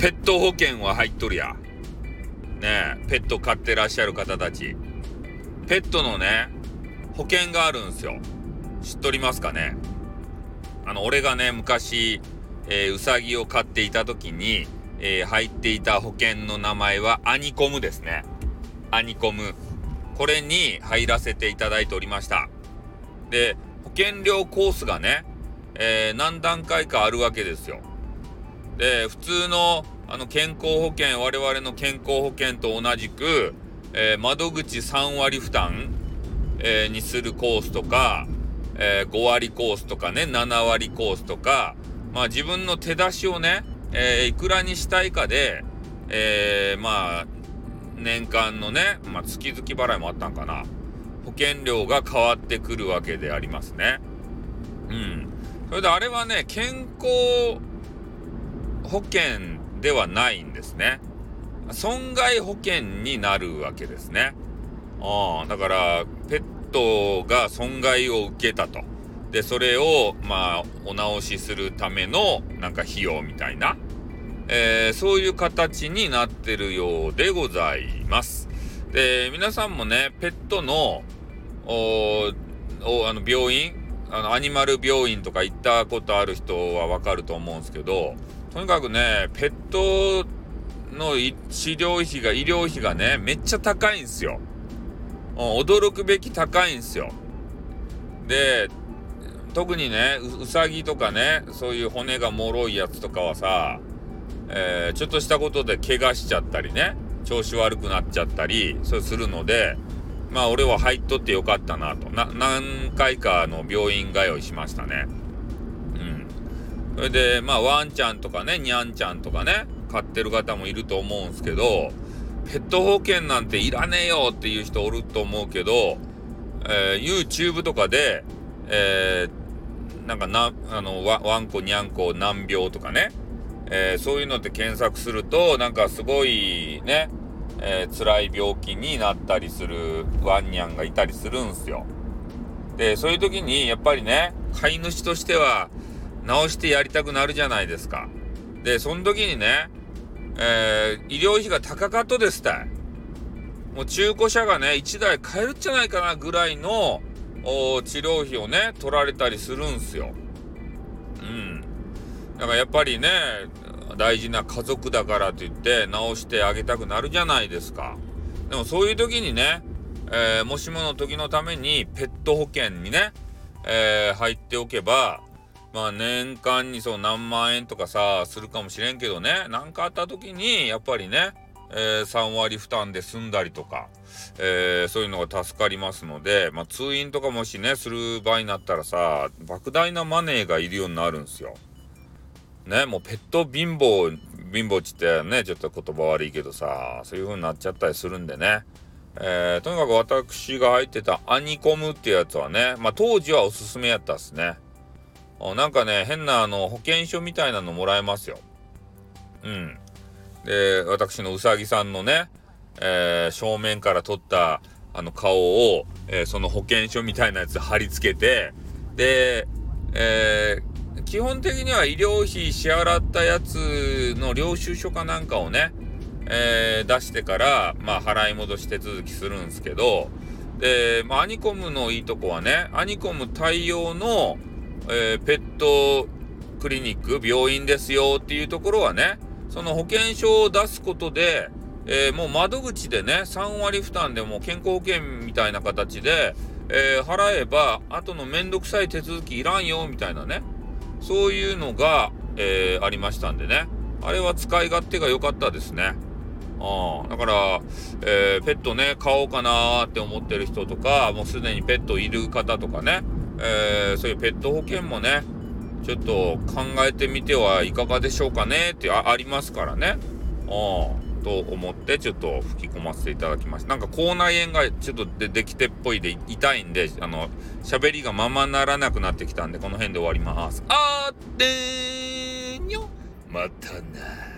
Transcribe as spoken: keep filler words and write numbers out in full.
ペット保険は入っとるや。ねえ、ペット飼ってらっしゃる方たち。ペットのね、保険があるんですよ。知っとりますかね。あの、俺がね、昔、えー、ウサギを飼っていた時に、えー、入っていた保険の名前はアニコムですね。アニコム。これに入らせていただいておりました。で、保険料コースがね、えー、何段階かあるわけですよ。で、普通のあの健康保険、我々の健康保険と同じく、えー、窓口さん割負担、えー、にするコースとか、えー、ご割コースとかね、なな割コースとか、まあ自分の手出しをね、えー、いくらにしたいかで、えー、まあ年間のね、まあ月々払いもあったんかな、保険料が変わってくるわけでありますね。うん。それであれはね、健康保険ではないんですね。損害保険になるわけですね。ああ、だからペットが損害を受けたと。で、それをまあお直しするためのなんか費用みたいな、えー、そういう形になってるようでございます。で、皆さんもね、ペットのおおあの病院、あのアニマル病院とか行ったことある人はわかると思うんですけど、とにかくね、ペットの治療費が、医療費がね、めっちゃ高いんですよ。驚くべき高いんですよ。で、特にね、う, うさぎとかね、そういう骨が脆いやつとかはさ、えー、ちょっとしたことで怪我しちゃったりね、調子悪くなっちゃったり、そうするので、まあ俺は入っとってよかったなと。な、何回かの病院通いしましたね。うん。それで、まあワンちゃんとかね、ニャンちゃんとかね、飼ってる方もいると思うんですけど、ペット保険なんていらねえよっていう人おると思うけど、えー、YouTube とかで、えー、なんかな、あの、ワ、ワンコ、ニャンコ、難病とかね、えー、そういうのって検索すると、なんかすごいね、えー、辛い病気になったりするワンニャンがいたりするんすよ。で、そういう時にやっぱりね、飼い主としては治してやりたくなるじゃないですか。で、その時にね、えー、医療費が高かっとですたい。もう中古車がね、いちだい買えるんじゃないかなぐらいの治療費をね、取られたりするんすよ。うん。だからやっぱりね、大事な家族だからといって治してあげたくなるじゃないですか。でもそういう時にね、えー、もしもの時のためにペット保険にね、えー、入っておけば、まあ年間にそう何万円とかさするかもしれんけどね、何かあった時にやっぱりね、えー、さん割負担で済んだりとか、えー、そういうのが助かりますので、まあ通院とかもしねする場合になったらさ、莫大なマネーがいるようになるんですよ。ね、もうペット貧乏貧乏ちってね、ちょっと言葉悪いけどさ、そういう風になっちゃったりするんでね、えー、とにかく私が入ってたアニコムってやつはね、まあ当時はおすすめやったっすね。なんかね、変なあの保険証みたいなのもらえますよ。うん。で、私のうさぎさんのね、えー、正面から撮ったあの顔を、えー、その保険証みたいなやつ貼り付けて、で、えー基本的には医療費支払ったやつの領収書かなんかをね、えー、出してからまあ払い戻し手続きするんですけど、で、まあ、アニコムのいいとこはね、アニコム対応の、えー、ペットクリニック病院ですよっていうところはね、その保険証を出すことで、えー、もう窓口でねさん割負担でも健康保険みたいな形で、えー、払えば後のめんどくさい手続きいらんよみたいなね、そういうのが、えー、ありましたんでね。あれは使い勝手が良かったですね。あだから、えー、ペットね、買おうかなーって思ってる人とか、もうすでにペットいる方とかね、えー、そういうペット保険もね、ちょっと考えてみてはいかがでしょうかねって あ, ありますからね。あと思ってちょっと吹き込ませていただきました。なんか口内炎がちょっとでできてっぽいで痛いんで、あの喋りがままならなくなってきたんでこの辺で終わります。あーってーにょまたな。